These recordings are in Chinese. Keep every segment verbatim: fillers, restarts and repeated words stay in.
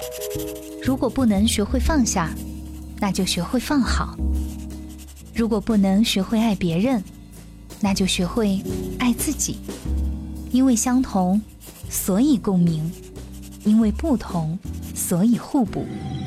如果不能学会放下，那就学会放好；如果不能学会爱别人，那就学会爱自己。因为相同，所以共鸣；因为不同，所以互补。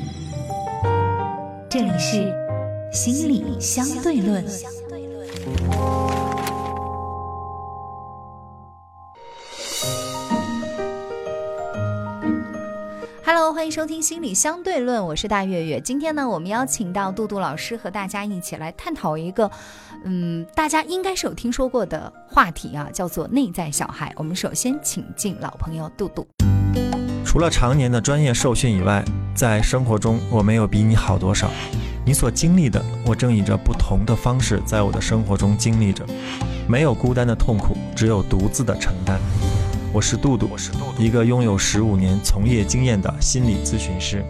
这里是心理相对论。Hello， 欢迎收听心理相对论，我是大月月。今天呢，我们邀请到杜杜老师和大家一起来探讨一个，嗯，大家应该是有听说过的话题啊，叫做内在小孩。我们首先请进老朋友杜杜。 除了常年的专业受训以外，在生活中我没有比你好多少。你所经历的，我正以着不同的方式在我的生活中经历着。没有孤单的痛苦，只有独自的承担。我是杜杜，一个拥有十五年从业经验的心理咨询师。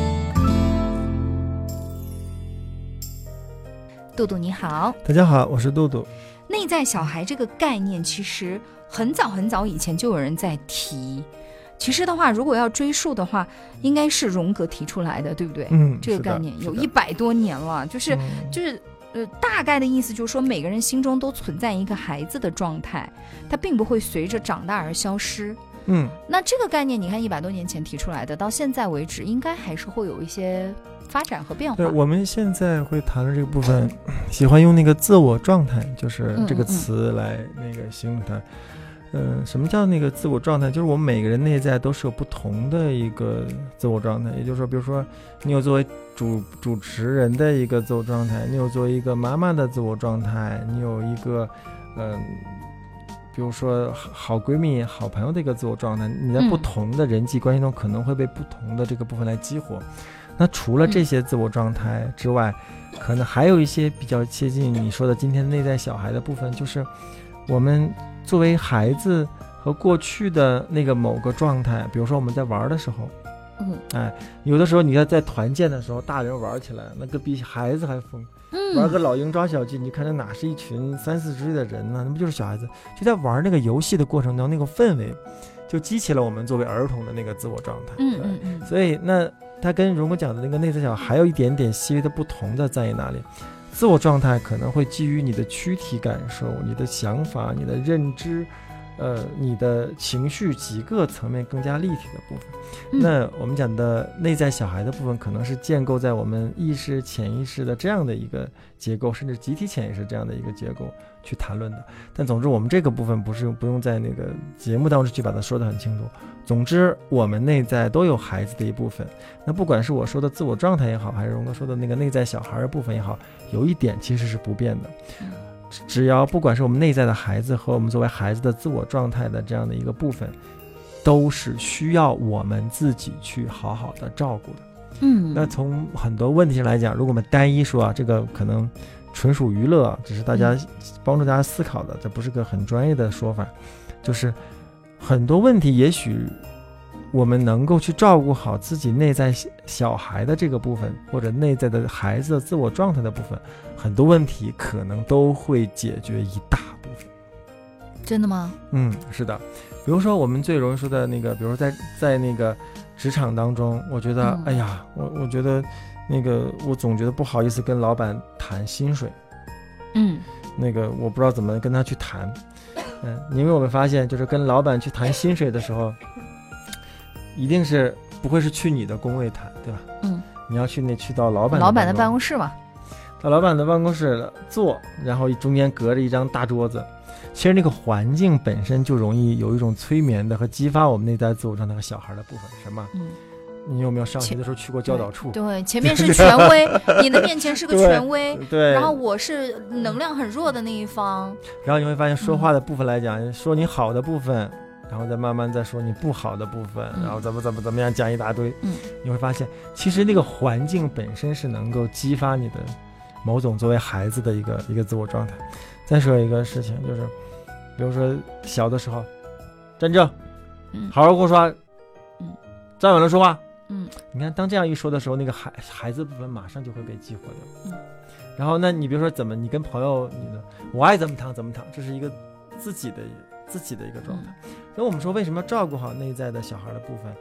杜杜你好。 大家好，我是杜杜。 内在小孩这个概念其实很早很早以前就有人在提，其实的话如果要追溯的话，应该是荣格提出来的，对不对？ 嗯， 这个概念有一百多年了，就是、嗯、就是呃，大概的意思就是说，每个人心中都存在一个孩子的状态，它并不会随着长大而消失。 嗯， 那这个概念，你看一百多年前提出来的，到现在为止，应该还是会有一些发展和变化。 对，我们现在会谈的这个部分，喜欢用那个自我状态，就是这个词来那个形容它。嗯嗯、呃，什么叫那个自我状态？就是我们每个人内在都是有不同的一个自我状态。也就是说，比如说，你有作为主主持人的一个自我状态，你有作为一个妈妈的自我状态，你有一个嗯、呃，比如说好闺蜜、好朋友的一个自我状态。你在不同的人际关系中，可能会被不同的这个部分来激活。嗯、那除了这些自我状态之外，嗯、可能还有一些比较接近你说的今天内在小孩的部分，就是我们作为孩子和过去的那个某个状态，比如说我们在玩的时候， 嗯， 哎，有的时候你看在团建的时候，大人玩起来那个比孩子还疯，嗯，玩个老鹰抓小鸡，你看这哪是一群三四十岁的人呢？那不就是小孩子？就在玩那个游戏的过程中，那个氛围就激起了我们作为儿童的那个自我状态。 嗯嗯嗯。 所以那它跟荣格讲的那个内在小孩还有一点点细微的不同的在于哪里？自我状态可能会基于你的躯体感受、你的想法、你的认知，呃，你的情绪几个层面更加立体的部分。嗯、那我们讲的内在小孩的部分，可能是建构在我们意识、潜意识的这样的一个结构，甚至集体潜意识这样的一个结构去谈论的。但总之，我们这个部分不是不用在那个节目当中去把它说得很清楚。总之，我们内在都有孩子的一部分。那不管是我说的自我状态也好，还是荣格说的那个内在小孩的部分也好，有一点其实是不变的。只要不管是我们内在的孩子和我们作为孩子的自我状态的这样的一个部分，都是需要我们自己去好好的照顾的。 嗯， 那从很多问题上来讲，如果我们单一说啊，这个可能纯属娱乐，只是大家帮助大家思考的，这不是个很专业的说法。就是很多问题，也许我们能够去照顾好自己内在小孩的这个部分，或者内在的孩子的自我状态的部分，很多问题可能都会解决一大部分。 真的吗？ 嗯，是的。比如说我们最容易说的那个，比如说在在那个职场当中，我觉得、嗯、哎呀，我我觉得那个我总觉得不好意思跟老板谈薪水。 嗯， 那个我不知道怎么跟他去谈。嗯，因为我们发现就是跟老板去谈薪水的时候，一定是不会是去你的工位谈，对吧？ 嗯， 你要去那去到老板的老板的办公室嘛， 到老板的办公室坐，然后中间隔着一张大桌子。其实那个环境本身就容易有一种催眠的和激发我们内在自我状态和小孩的部分。什么？嗯，你有没有上学的时候去过教导处？ 对，对，前面是权威，你的面前是个权威， 对，对， 然后我是能量很弱的那一方。 然后你会发现，说话的部分来讲，嗯、说你好的部分。然后再慢慢再说你不好的部分，嗯、然后怎么怎么怎么样讲一大堆， 嗯， 你会发现其实那个环境本身是能够激发你的某种作为孩子的一个一个自我状态。再说一个事情，就是比如说小的时候站正， 嗯， 好好给我说， 嗯， 站稳了说话， 嗯， 你看当这样一说的时候，那个孩孩子部分马上就会被激活掉， 嗯， 然后那你比如说怎么你跟朋友你的我爱怎么躺怎么躺，这是一个自己的自己的一个状态。所以我们说为什么要照顾好内在的小孩的部分，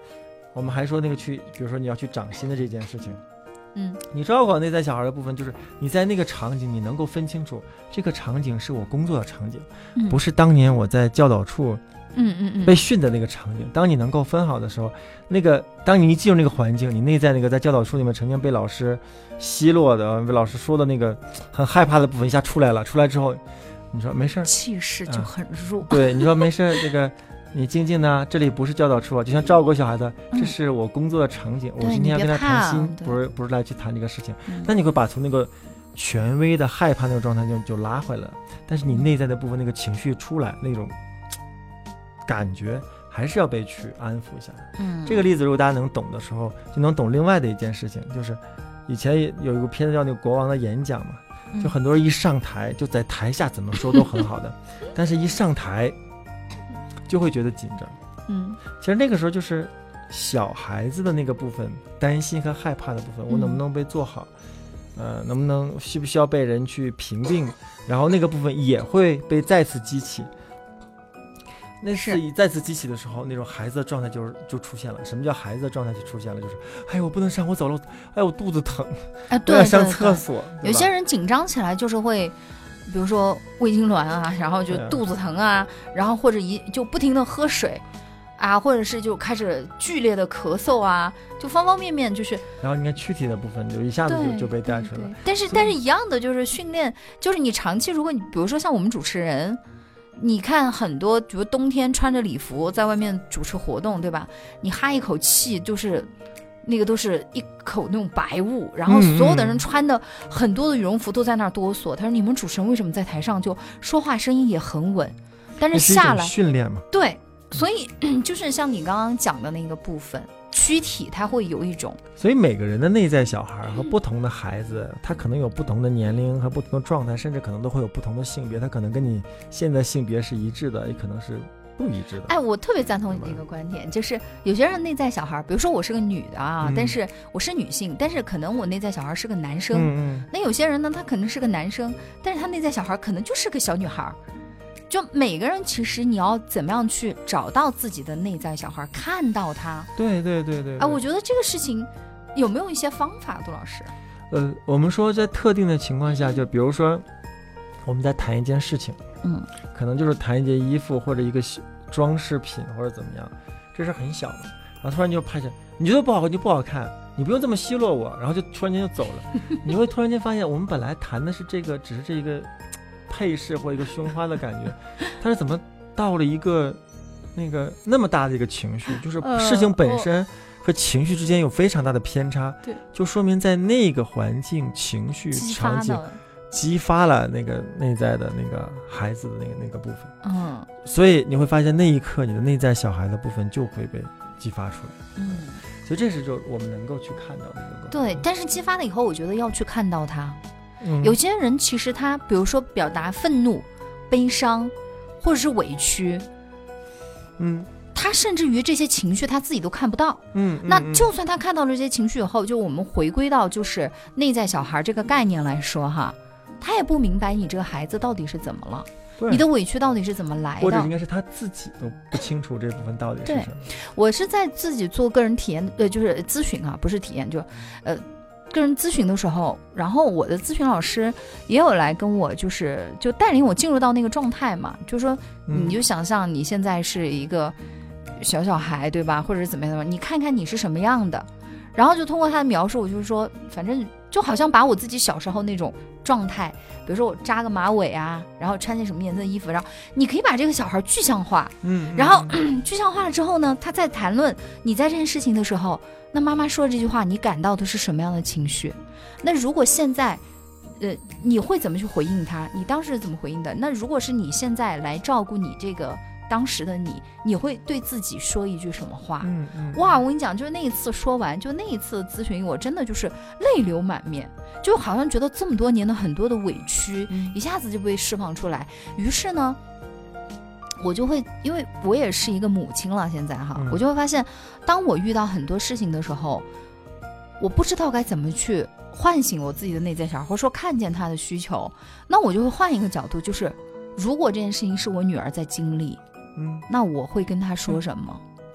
我们还说那个去，比如说你要去掌心的这件事情， 嗯， 你照顾好内在小孩的部分，就是你在那个场景，你能够分清楚这个场景是我工作的场景， 嗯、 不是当年我在教导处。 嗯嗯嗯， 被训的那个场景，当你能够分好的时候，那个当你一进入那个环境，你内在那个在教导处里面曾经被老师奚落的、被老师说的那个很害怕的部分一下出来了。出来之后，你说没事， 气势就很弱。 啊、对，你说没事，这个你静静的，这里不是教导处啊，就像照顾小孩的，这是我工作的场景， 嗯、 我今天要跟他谈心，不是不是来去谈这个事情。 嗯、 那你会把从那个权威的害怕那个状态就就拉回来了，但是你内在的部分那个情绪出来那种。感觉还是要被去安抚一下。 嗯， 这个例子如果大家能懂的时候，就能懂另外的一件事情，就是以前有一个片子叫那个国王的演讲嘛，就很多人一上台就在台下怎么说都很好的，但是一上台就会觉得紧张。 嗯， 其实那个时候就是小孩子的那个部分，担心和害怕的部分，我能不能被做好？呃，能不能需不需要被人去评定？然后那个部分也会被再次激起。那是以再次激起的时候，那种孩子的状态就是就出现了。什么叫孩子的状态就出现了？就是，哎，我不能上，我走了，哎，我肚子疼， 哎，对， 我要上厕所。 有些人紧张起来就是会，比如说胃痉挛啊，然后就肚子疼啊，然后或者一就不停的喝水啊，或者是就开始剧烈的咳嗽啊，就方方面面就是。 然后你看躯体的部分就一下子就就被带出来了。 但是但是一样的就是训练，就是你长期如果你比如说像我们主持人。你看很多比如冬天穿着礼服在外面主持活动，对吧？你哈一口气就是那个都是一口那种白雾，然后所有的人穿的很多的羽绒服都在那儿哆嗦。他说你们主持人为什么在台上就说话声音也很稳，但是下来训练嘛？ 对，所以就是像你刚刚讲的那个部分，躯体它会有一种， 所以每个人的内在小孩和不同的孩子、嗯、他可能有不同的年龄和不同的状态，甚至可能都会有不同的性别，他可能跟你现在性别是一致的，也可能是不一致的。 哎，我特别赞同你这个观点，就是有些人内在小孩，比如说我是个女的啊、嗯、但是我是女性，但是可能我内在小孩是个男生、 嗯嗯、 那有些人呢他可能是个男生，但是他内在小孩可能就是个小女孩。就每个人其实你要怎么样去找到自己的内在小孩，看到他。 对对对 对, 对。 啊，我觉得这个事情有没有一些方法，杜老师？ 呃，我们说在特定的情况下，就比如说我们在谈一件事情， 嗯， 可能就是谈一件衣服或者一个装饰品或者怎么样，这是很小的，然后突然就拍起来，你觉得不好看就不好看，你不用这么奚落我，然后就突然间就走了。你会突然间发现，我们本来谈的是这个，只是这一个配饰或一个胸花的感觉，但是怎么到了一个那个那么大的一个情绪，就是事情本身和情绪之间有非常大的偏差， 对、 呃，就说明在那个环境、情绪、场景激发了那个内在的那个孩子的那个那个部分， 嗯， 所以你会发现那一刻你的内在小孩的部分就会被激发出来， 嗯， 所以这是就我们能够去看到的一个。 对，但是激发了以后，我觉得要去看到它。 嗯、 有些人其实他比如说表达愤怒、悲伤或者是委屈， 嗯， 他甚至于这些情绪他自己都看不到， 嗯， 那就算他看到了这些情绪以后，就我们回归到就是内在小孩这个概念来说哈，他也不明白你这个孩子到底是怎么了，你的委屈到底是怎么来的， 或者应该是他自己都不清楚这部分到底是什么。 我是在自己做个人体验呃就是咨询啊，不是体验，就呃个人咨询的时候，然后我的咨询老师也有来跟我就是就带领我进入到那个状态嘛，就是说你就想象你现在是一个小小孩对吧，或者是怎么样的，你看看你是什么样的，然后就通过他的描述，我就是说反正就好像把我自己小时候那种状态，比如说我扎个马尾啊，然后穿件什么颜色的衣服，然后你可以把这个小孩具象化， 嗯， 然后、嗯、具象化了之后呢，他在谈论你在这件事情的时候，那妈妈说这句话你感到的是什么样的情绪，那如果现在呃你会怎么去回应他，你当时怎么回应的，那如果是你现在来照顾你这个当时的你，你会对自己说一句什么话？ 嗯嗯， 哇，我跟你讲，就是那一次说完，就那一次咨询，我真的就是泪流满面，就好像觉得这么多年的很多的委屈、嗯、一下子就被释放出来。于是呢，我就会，因为我也是一个母亲了，现在哈、嗯，我就会发现，当我遇到很多事情的时候，我不知道该怎么去唤醒我自己的内在小孩，或者说看见他的需求，那我就会换一个角度，就是如果这件事情是我女儿在经历。 嗯， 那我会跟他说什么？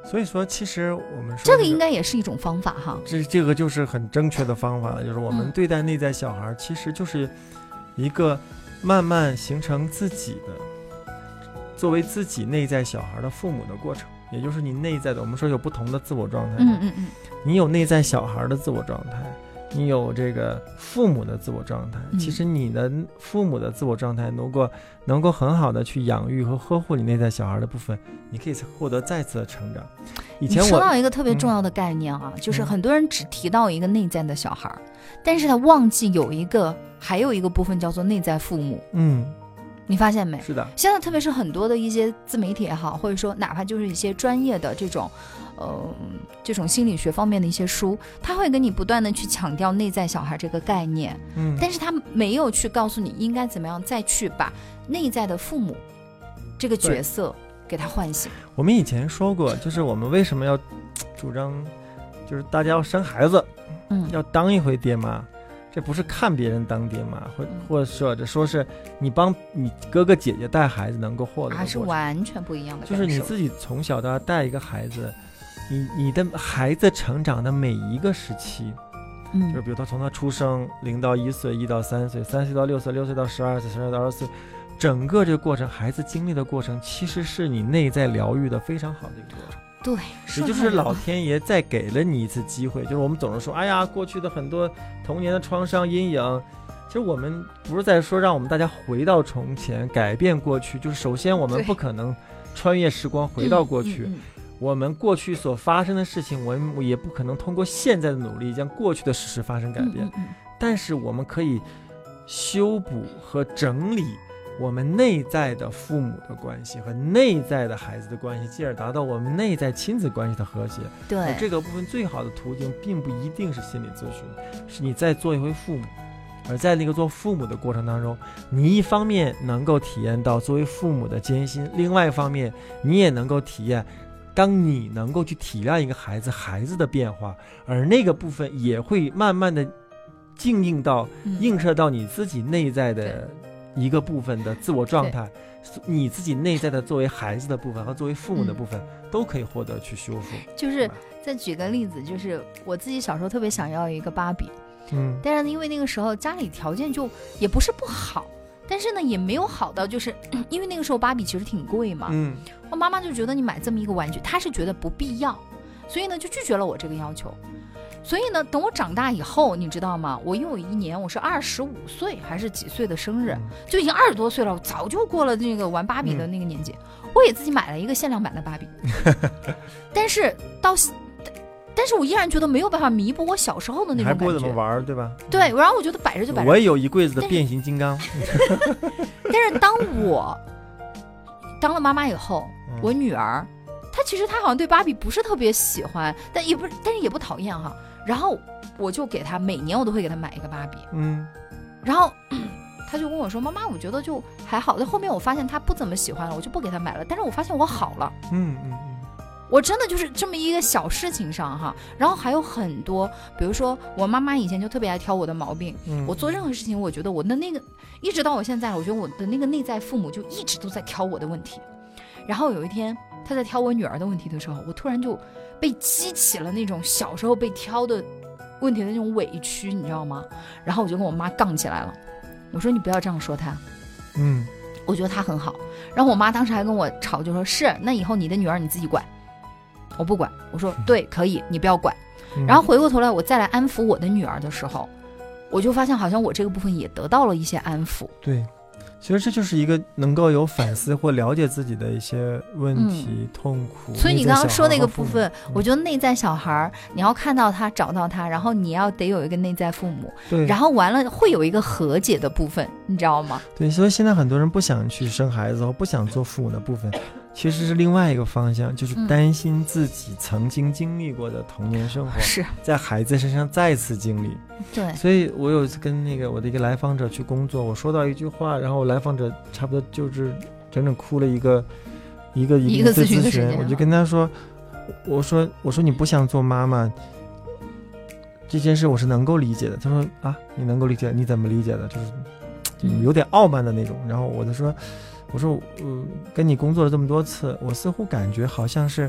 所以说其实我们说、 这个应该也是一种方法哈。 这这个就是很正确的方法了，就是我们对待内在小孩、嗯、其实就是一个慢慢形成自己的作为自己内在小孩的父母的过程，也就是你内在的，我们说有不同的自我状态， 嗯嗯嗯， 你有内在小孩的自我状态，你有这个父母的自我状态、嗯、其实你的父母的自我状态能够能够很好的去养育和呵护你内在小孩的部分，你可以获得再次的成长。以前我你说到一个特别重要的概念啊、嗯、就是很多人只提到一个内在的小孩、嗯、但是他忘记有一个还有一个部分叫做内在父母。 嗯， 你发现没？ 是的， 现在特别是很多的一些自媒体也好，或者说哪怕就是一些专业的这种呃，这种心理学方面的一些书，他会跟你不断的去强调内在小孩这个概念， 嗯， 但是他没有去告诉你应该怎么样再去把内在的父母这个角色给他唤醒。 我们以前说过，就是我们为什么要主张，就是大家要生孩子，嗯，要当一回爹妈，这不是看别人当爹妈，或或者说是你帮你哥哥姐姐带孩子能够获得的， 还是完全不一样的。 就是你自己从小到大带一个孩子，你你的孩子成长的每一个时期，嗯，就是比如他从他出生零到一岁，一到三岁，三岁到六岁，六岁到十二岁，十二到二十岁，整个这个过程，孩子经历的过程，其实是你内在疗愈的非常好的一个过程。 对， 也就是老天爷再给了你一次机会。就是我们总是说，哎呀，过去的很多童年的创伤阴影，其实我们不是在说让我们大家回到从前，改变过去。就是首先我们不可能穿越时光回到过去，嗯嗯嗯、我们过去所发生的事情，我们也不可能通过现在的努力将过去的事实发生改变。嗯嗯嗯、但是我们可以修补和整理我们内在的父母的关系和内在的孩子的关系，进而达到我们内在亲子关系的和谐。 对， 这个部分最好的途径并不一定是心理咨询，是你在做一回父母，而在那个做父母的过程当中，你一方面能够体验到作为父母的艰辛，另外一方面你也能够体验当你能够去体谅一个孩子孩子的变化，而那个部分也会慢慢的静映到、嗯、映射到你自己内在的一个部分的自我状态，你自己内在的作为孩子的部分和作为父母的部分、嗯、都可以获得去修复。 就是再举个例子，就是我自己小时候特别想要一个芭比，嗯，但是因为那个时候家里条件就也不是不好，但是呢也没有好到，就是因为那个时候芭比其实挺贵嘛，嗯，我妈妈就觉得你买这么一个玩具，她是觉得不必要，所以呢就拒绝了我这个要求。所以呢，等我长大以后，你知道吗？我因为有一年我是二十五岁还是几岁的生日，嗯、就已经二十多岁了，我早就过了那个玩芭比的那个年纪。嗯、我也自己买了一个限量版的芭比，但是到，但是我依然觉得没有办法弥补我小时候的那种感觉。还不怎么玩，对吧？ 对，然后我觉得摆着就摆着。 我也有一柜子的变形金刚。 但是当我当了妈妈以后，嗯、我女儿，她其实她好像对芭比不是特别喜欢，但也不但是也不讨厌哈。然后我就给他每年我都会给他买一个芭比，嗯，然后他就跟我说，妈妈我觉得就还好，在后面我发现他不怎么喜欢了，我就不给他买了，但是我发现我好了，嗯嗯嗯，我真的就是这么一个小事情上哈。然后还有很多，比如说我妈妈以前就特别爱挑我的毛病，嗯，我做任何事情我觉得我的那个一直到我现在，我觉得我的那个内在父母就一直都在挑我的问题。然后有一天他在挑我女儿的问题的时候，我突然就被激起了那种小时候被挑的问题的那种委屈，你知道吗？然后我就跟我妈杠起来了，我说你不要这样说她，嗯，我觉得她很好。然后我妈当时还跟我吵，就说是那以后你的女儿你自己管，我不管。我说对，可以，你不要管。嗯、然后回过头来我再来安抚我的女儿的时候，我就发现好像我这个部分也得到了一些安抚。 对，其实这就是一个能够有反思或了解自己的一些问题、嗯、痛苦。 所以你刚刚说那个部分、嗯、我觉得内在小孩你要看到他，找到他，然后你要得有一个内在父母，对，然后完了会有一个和解的部分，你知道吗？ 对，所以现在很多人不想去生孩子或不想做父母的部分，其实是另外一个方向，就是担心自己曾经经历过的童年生活、嗯、是在孩子身上再次经历。 对， 所以我有跟那个我的一个来访者去工作，我说到一句话，然后来访者差不多就是整整哭了一个一个一个咨询， 我就跟他说，我说我说你不想做妈妈这件事我是能够理解的。他说啊，你能够理解，你怎么理解的？就是有点傲慢的那种。然后我就说我说呃，跟你工作了这么多次，我似乎感觉好像是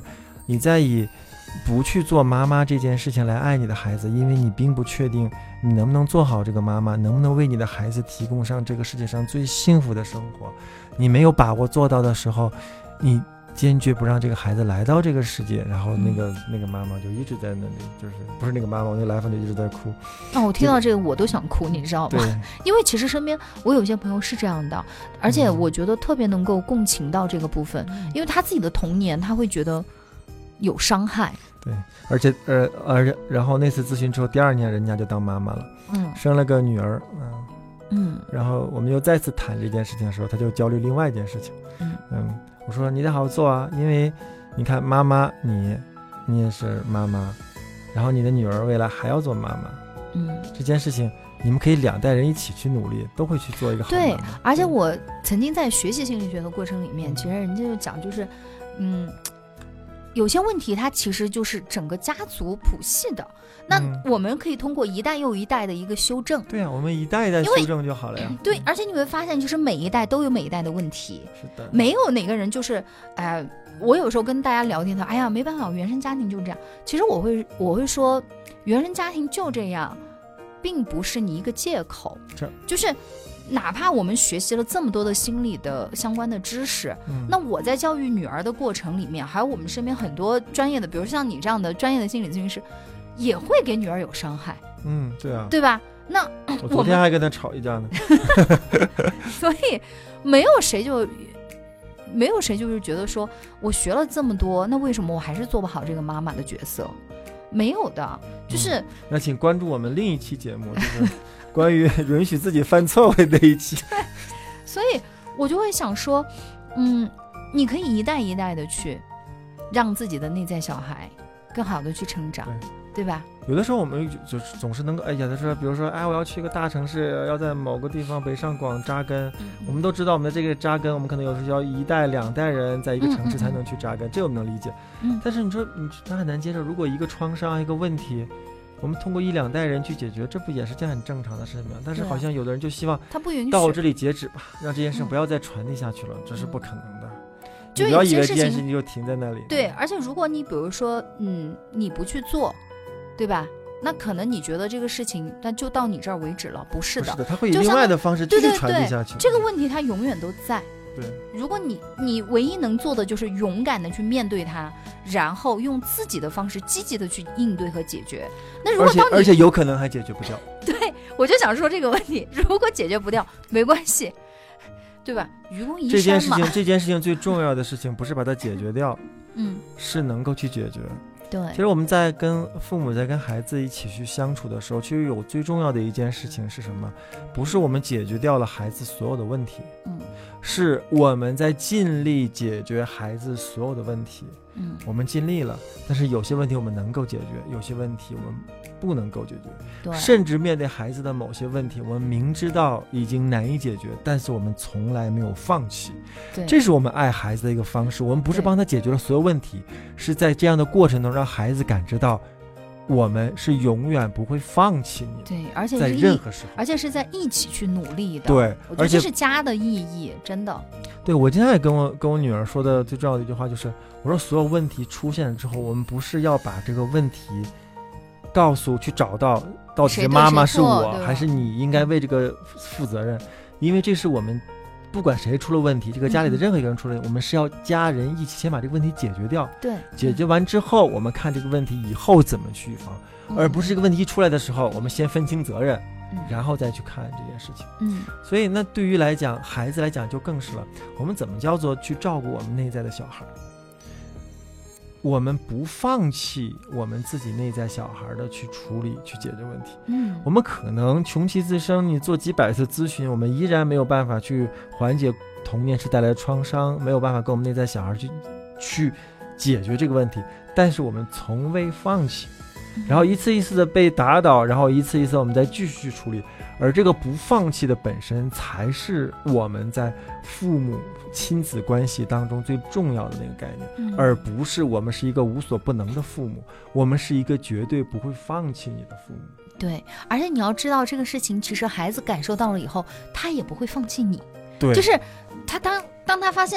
你在以不去做妈妈这件事情来爱你的孩子，因为你并不确定你能不能做好这个妈妈，能不能为你的孩子提供上这个世界上最幸福的生活，你没有把握做到的时候，你坚决不让这个孩子来到这个世界，然后那个、嗯、那个妈妈就一直在那里，就是不是那个妈妈，我那个来访就一直在哭。 哦，我听到这个我都想哭，你知道吗？因为其实身边我有些朋友是这样的，而且我觉得特别能够共情到这个部分，嗯、因为他自己的童年他会觉得有伤害。 对，而且呃而然后那次咨询之后，第二年人家就当妈妈了，嗯，生了个女儿，嗯嗯，然后我们又再次谈这件事情的时候，他就焦虑另外一件事情，嗯嗯，我说你得好好做啊，因为你看妈妈你你也是妈妈，然后你的女儿未来还要做妈妈，嗯，这件事情你们可以两代人一起去努力，都会去做一个好妈妈。 对，而且我曾经在学习心理学的过程里面，其实人家就讲就是嗯有些问题它其实就是整个家族谱系的，那我们可以通过一代又一代的一个修正、嗯、 对啊，我们一代一代修正就好了呀。 对，而且你会发现其实每一代都有每一代的问题， 是的， 没有哪个人就是呃，我有时候跟大家聊天的，哎呀没办法，原生家庭就这样。其实我会我会说原生家庭就这样并不是你一个借口，就是哪怕我们学习了这么多的心理的相关的知识、嗯、那我在教育女儿的过程里面，还有我们身边很多专业的，比如像你这样的专业的心理咨询师，也会给女儿有伤害。 嗯，对啊， 对吧？那我昨天还跟她吵一架呢所以没有谁就没有谁就是觉得说我学了这么多，那为什么我还是做不好这个妈妈的角色？没有的，就是、嗯、 那请关注我们另一期节目，就是关于允许自己犯错误的一期所以我就会想说嗯，你可以一代一代的去让自己的内在小孩更好的去成长， 对, 对吧？ 有的时候我们就总是能够哎呀，他说比如说哎，我要去一个大城市，要在某个地方北上广扎根、嗯、我们都知道我们的这个扎根，我们可能有时候要一代两代人在一个城市才能去扎根、嗯嗯嗯、这我们能理解、嗯、但是你说你他很难接受，如果一个创伤一个问题我们通过一两代人去解决，这不也是件很正常的事情吗？但是好像有的人就希望他不允许到这里截止吧，让这件事不要再传递下去了、嗯、这是不可能的。就你不要以为这件事情就停在那里。 对，而且如果你比如说嗯，你不去做，对吧？那可能你觉得这个事情那就到你这儿为止了，不是的， 不是的，它会以另外的方式继续传递下去。 对对对，这个问题它永远都在。 对， 如果你你唯一能做的就是勇敢的去面对它，然后用自己的方式积极的去应对和解决。那如果当你而且而且有可能还解决不掉。 对，我就想说这个问题，如果解决不掉没关系，对吧？愚公移山嘛。 这件事情这件事情最重要的事情不是把它解决掉，嗯，是能够去解决。 对， 其实我们在跟父母在跟孩子一起去相处的时候，其实有最重要的一件事情是什么？不是我们解决掉了孩子所有的问题，嗯，是我们在尽力解决孩子所有的问题，嗯，我们尽力了，但是有些问题我们能够解决，有些问题我们不能够解决， 对， 甚至面对孩子的某些问题，我们明知道已经难以解决，但是我们从来没有放弃， 对， 这是我们爱孩子的一个方式。我们不是帮他解决了所有问题，是在这样的过程中让孩子感知到我们是永远不会放弃你， 对，而且在任何时候， 而且是在一起去努力的， 对， 我觉得这是家的意义，真的。 对，我今天也跟我跟我女儿说的最重要的一句话就是，我说所有问题出现了之后，我们不是要把这个问题告诉去找到到底是妈妈是我还是你应该为这个负责任，因为这是我们不管谁出了问题，这个家里的任何一个人出了问题、嗯、我们是要家人一起先把这个问题解决掉， 对， 解决完之后我们看这个问题以后怎么去预防、嗯、而不是这个问题一出来的时候我们先分清责任、嗯、然后再去看这件事情。嗯，所以那对于来讲孩子来讲就更是了，我们怎么叫做去照顾我们内在的小孩，我们不放弃我们自己内在小孩的去处理去解决问题。嗯，我们可能穷其自身，你做几百次咨询，我们依然没有办法去缓解童年时带来的创伤，没有办法跟我们内在小孩去去解决这个问题，但是我们从未放弃，然后一次一次的被打倒，然后一次一次我们再继续去处理，而这个不放弃的本身才是我们在父母亲子关系当中最重要的那个概念、嗯、而不是我们是一个无所不能的父母，我们是一个绝对不会放弃你的父母。 对，而且你要知道这个事情其实孩子感受到了以后他也不会放弃你， 对， 就是他当当他发现啊，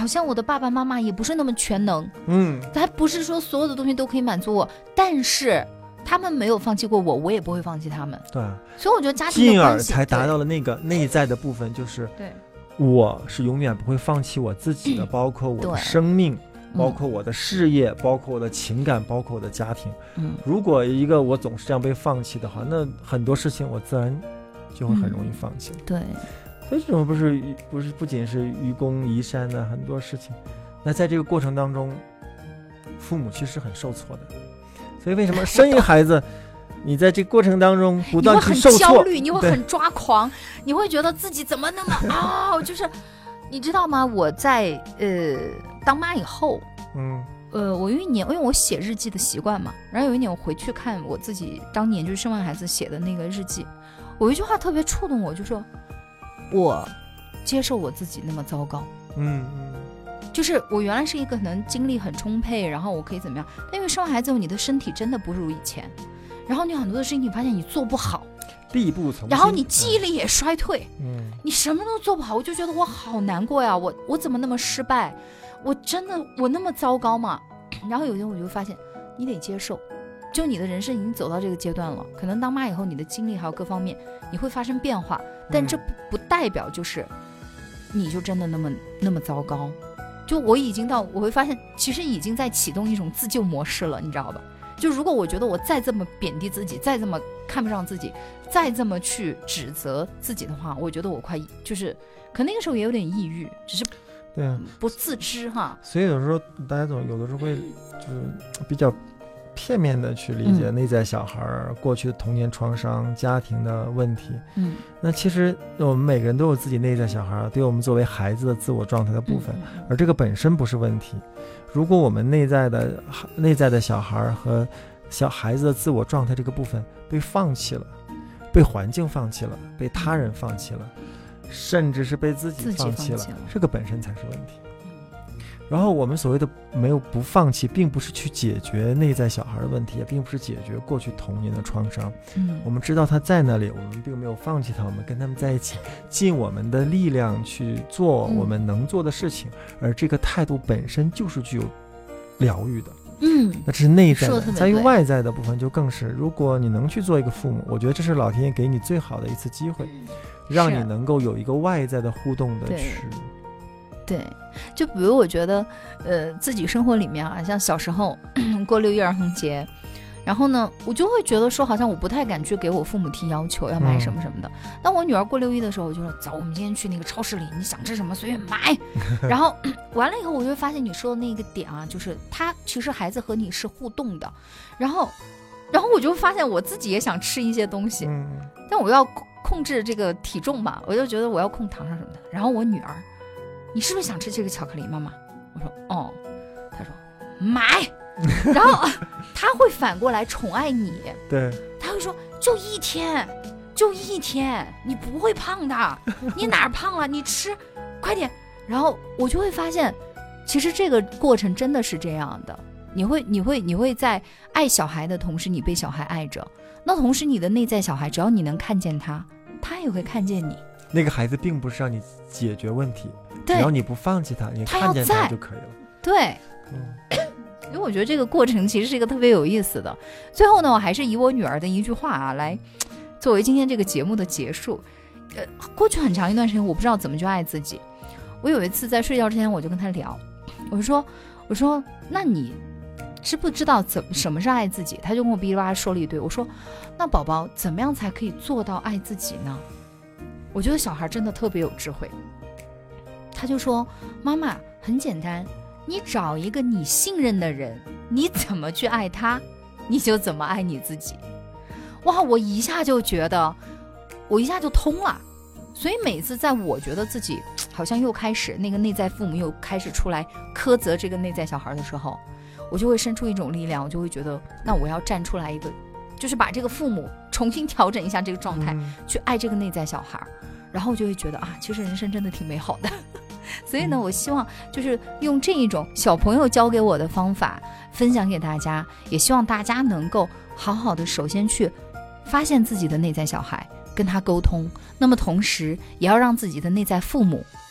好像我的爸爸妈妈也不是那么全能， 嗯， 还不是说所有的东西都可以满足我，但是他们没有放弃过我，我也不会放弃他们。 对， 所以我觉得家庭的进关系而才达到了那个内在的部分，就是对我是永远不会放弃我自己的，包括我的生命，包括我的事业，包括我的情感，包括我的家庭。 嗯， 如果一个我总是这样被放弃的话，那很多事情我自然就会很容易放弃。 嗯、对， 所以这种不是不是不仅是愚公移山的很多事情，那在这个过程当中，父母其实很受挫的。所以为什么生一个孩子，你在这个过程当中不断去受挫， 你会很焦虑，你会很抓狂，你会觉得自己怎么那么啊、哦，就是你知道吗？我在呃当妈以后， 嗯。 呃，我有一年，因为我写日记的习惯嘛，然后有一年我回去看我自己当年就是生完孩子写的那个日记，我有一句话特别触动我，就说我接受我自己那么糟糕， 嗯嗯， 就是我原来是一个可能精力很充沛，然后我可以怎么样，但因为生完孩子后，你的身体真的不如以前，然后你很多的事情你发现你做不好， 力不从心， 然后你记忆力也衰退， 嗯， 你什么都做不好，我就觉得我好难过呀，我我怎么那么失败？我真的我那么糟糕吗？然后有一天我就发现，你得接受，就你的人生已经走到这个阶段了，可能当妈以后，你的精力还有各方面你会发生变化，但这不不代表就是你就真的那么那么糟糕。就我已经到，我会发现其实已经在启动一种自救模式了，你知道吧？就如果我觉得我再这么贬低自己，再这么看不上自己，再这么去指责自己的话，我觉得我快就是可能那个时候也有点抑郁，只是对啊， 不自知哈。 所以有时候大家总有的时候会就是比较片面的去理解内在小孩、嗯、过去的童年创伤、家庭的问题。嗯，那其实我们每个人都有自己内在小孩，对我们作为孩子的自我状态的部分，嗯、而这个本身不是问题。如果我们内在的内在的小孩和小孩子的自我状态这个部分被放弃了，被环境放弃了，被他人放弃了，甚至是被自己放弃了， 弃了这个本身才是问题。然后我们所谓的没有不放弃，并不是去解决内在小孩的问题，也并不是解决过去童年的创伤。嗯，我们知道他在那里，我们并没有放弃他，我们跟他们在一起，尽我们的力量去做我们能做的事情，嗯、而这个态度本身就是具有疗愈的。嗯，那这是内在的。在于外在的部分就更是，如果你能去做一个父母，我觉得这是老天爷给你最好的一次机会，让你能够有一个外在的互动的去。 对，就比如我觉得，呃，自己生活里面啊，像小时候过六一儿童节，然后呢，我就会觉得说，好像我不太敢去给我父母提要求，要买什么什么的。嗯、当我女儿过六一的时候，我就说，走，我们今天去那个超市里，你想吃什么随便买。然后完了以后，我就会发现你说的那个点啊，就是他其实孩子和你是互动的，然后，然后我就发现我自己也想吃一些东西，嗯、但我要控制这个体重嘛，我就觉得我要控糖上什么的。然后我女儿。你是不是想吃这个巧克力，妈妈？我说哦，她说买，然后她会反过来宠爱你， 对， 她会说就一天，就一天，你不会胖的，你哪儿胖了？你吃，快点。然后我就会发现，其实这个过程真的是这样的，你会，你会，你会在爱小孩的同时，你被小孩爱着，那同时你的内在小孩，只要你能看见他，他也会看见你。 那个孩子并不是让你解决问题，只要你不放弃他，你看见他就可以了。 对，嗯，因为我觉得这个过程其实是一个特别有意思的。最后呢，我还是以我女儿的一句话啊，来作为今天这个节目的结束。呃，过去很长一段时间，我不知道怎么去爱自己。我有一次在睡觉之前，我就跟她聊，我说，我说，那你知不知道怎什么是爱自己？她就跟我哔哩吧啦说了一堆。我说，那宝宝怎么样才可以做到爱自己呢？我觉得小孩真的特别有智慧，他就说妈妈很简单，你找一个你信任的人，你怎么去爱他，你就怎么爱你自己。哇，我一下就觉得我一下就通了。所以每次在我觉得自己好像又开始那个内在父母又开始出来苛责这个内在小孩的时候，我就会生出一种力量，我就会觉得那我要站出来一个，就是把这个父母重新调整一下这个状态、嗯、去爱这个内在小孩，然后就会觉得啊，其实人生真的挺美好的。所以呢，我希望就是用这一种小朋友教给我的方法分享给大家，也希望大家能够好好的首先去发现自己的内在小孩，跟他沟通，那么同时也要让自己的内在父母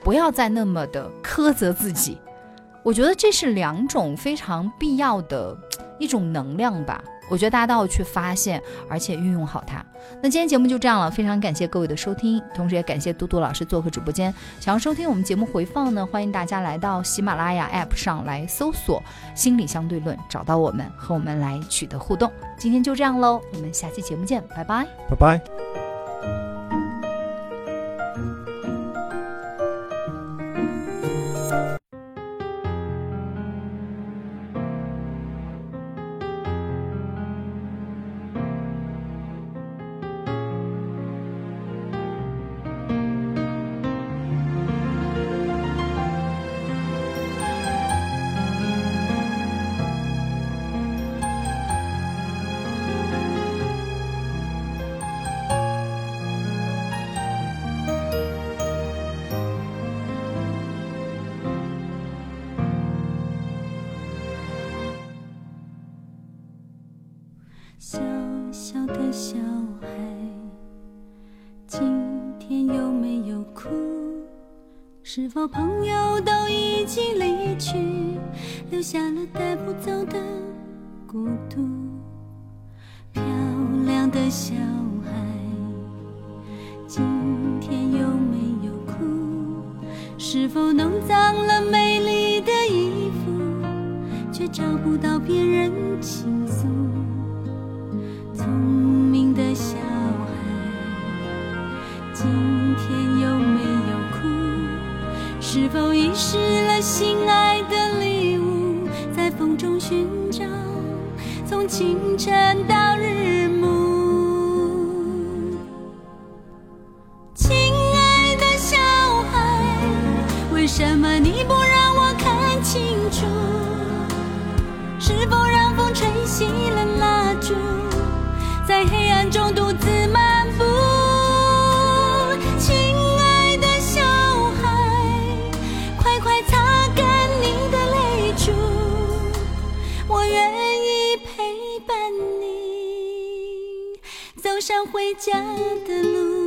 不要再那么的苛责自己。我觉得这是两种非常必要的一种能量吧，我觉得大家都要去发现，而且运用好它。那今天节目就这样了，非常感谢各位的收听，同时也感谢嘟嘟老师做客直播间。想要收听我们节目回放呢，欢迎大家来到喜马拉雅 App 上来搜索心理相对论，找到我们，和我们来取得互动。今天就这样喽，我们下期节目见，拜拜， 拜拜。 小小的小孩，今天有没有哭？是否朋友都已经离去，留下了带不走的孤独？漂亮的小孩，今天有没有哭？是否弄脏了美丽的衣服，却找不到别人倾诉？聪明的小孩，今天有没有哭？是否遗失了心爱的礼物，在风中寻找，从清晨到日暮。亲爱的小孩，为什么你不让我看清楚？是否让风吹熄了蜡烛，在黑暗中独自漫步？亲爱的小孩，快快擦干你的泪珠，我愿意陪伴你走上回家的路。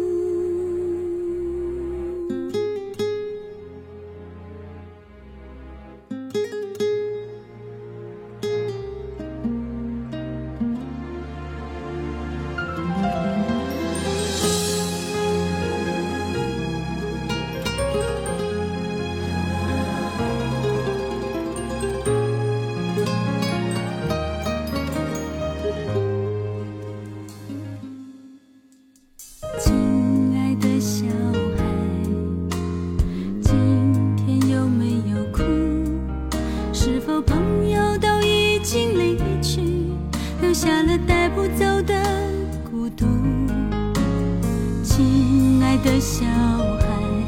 下了带不走的孤独。亲爱的小孩，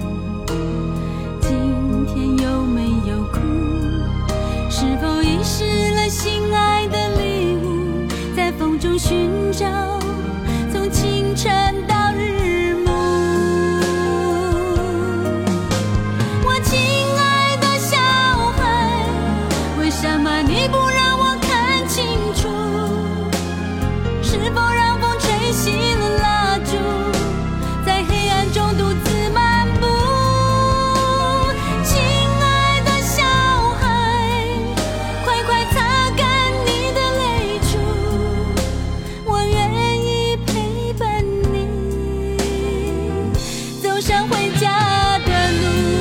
今天有没有哭？是否遗失了心爱的礼物，在风中寻找，从清晨到日暮。我亲爱的小孩，为什么你不让我看清楚？是否让风吹熄了蜡烛，在黑暗中独自漫步？亲爱的小孩，快快擦干你的泪珠，我愿意陪伴你走上回家的路。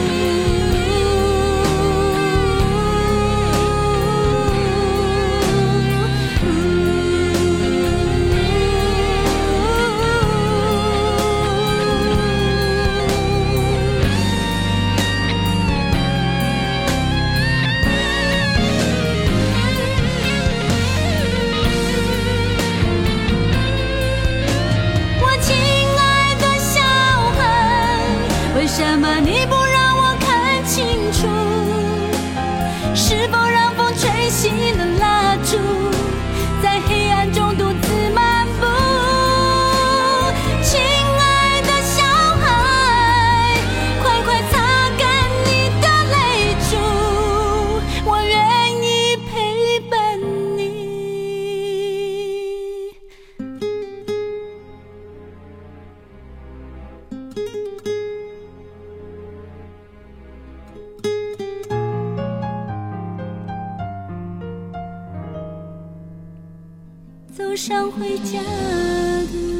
为什么你不让我看清楚？是否让风吹熄了蜡烛，在黑暗中独自漫步？亲爱的小孩，快快擦干你的泪珠，我愿意陪伴你上回家的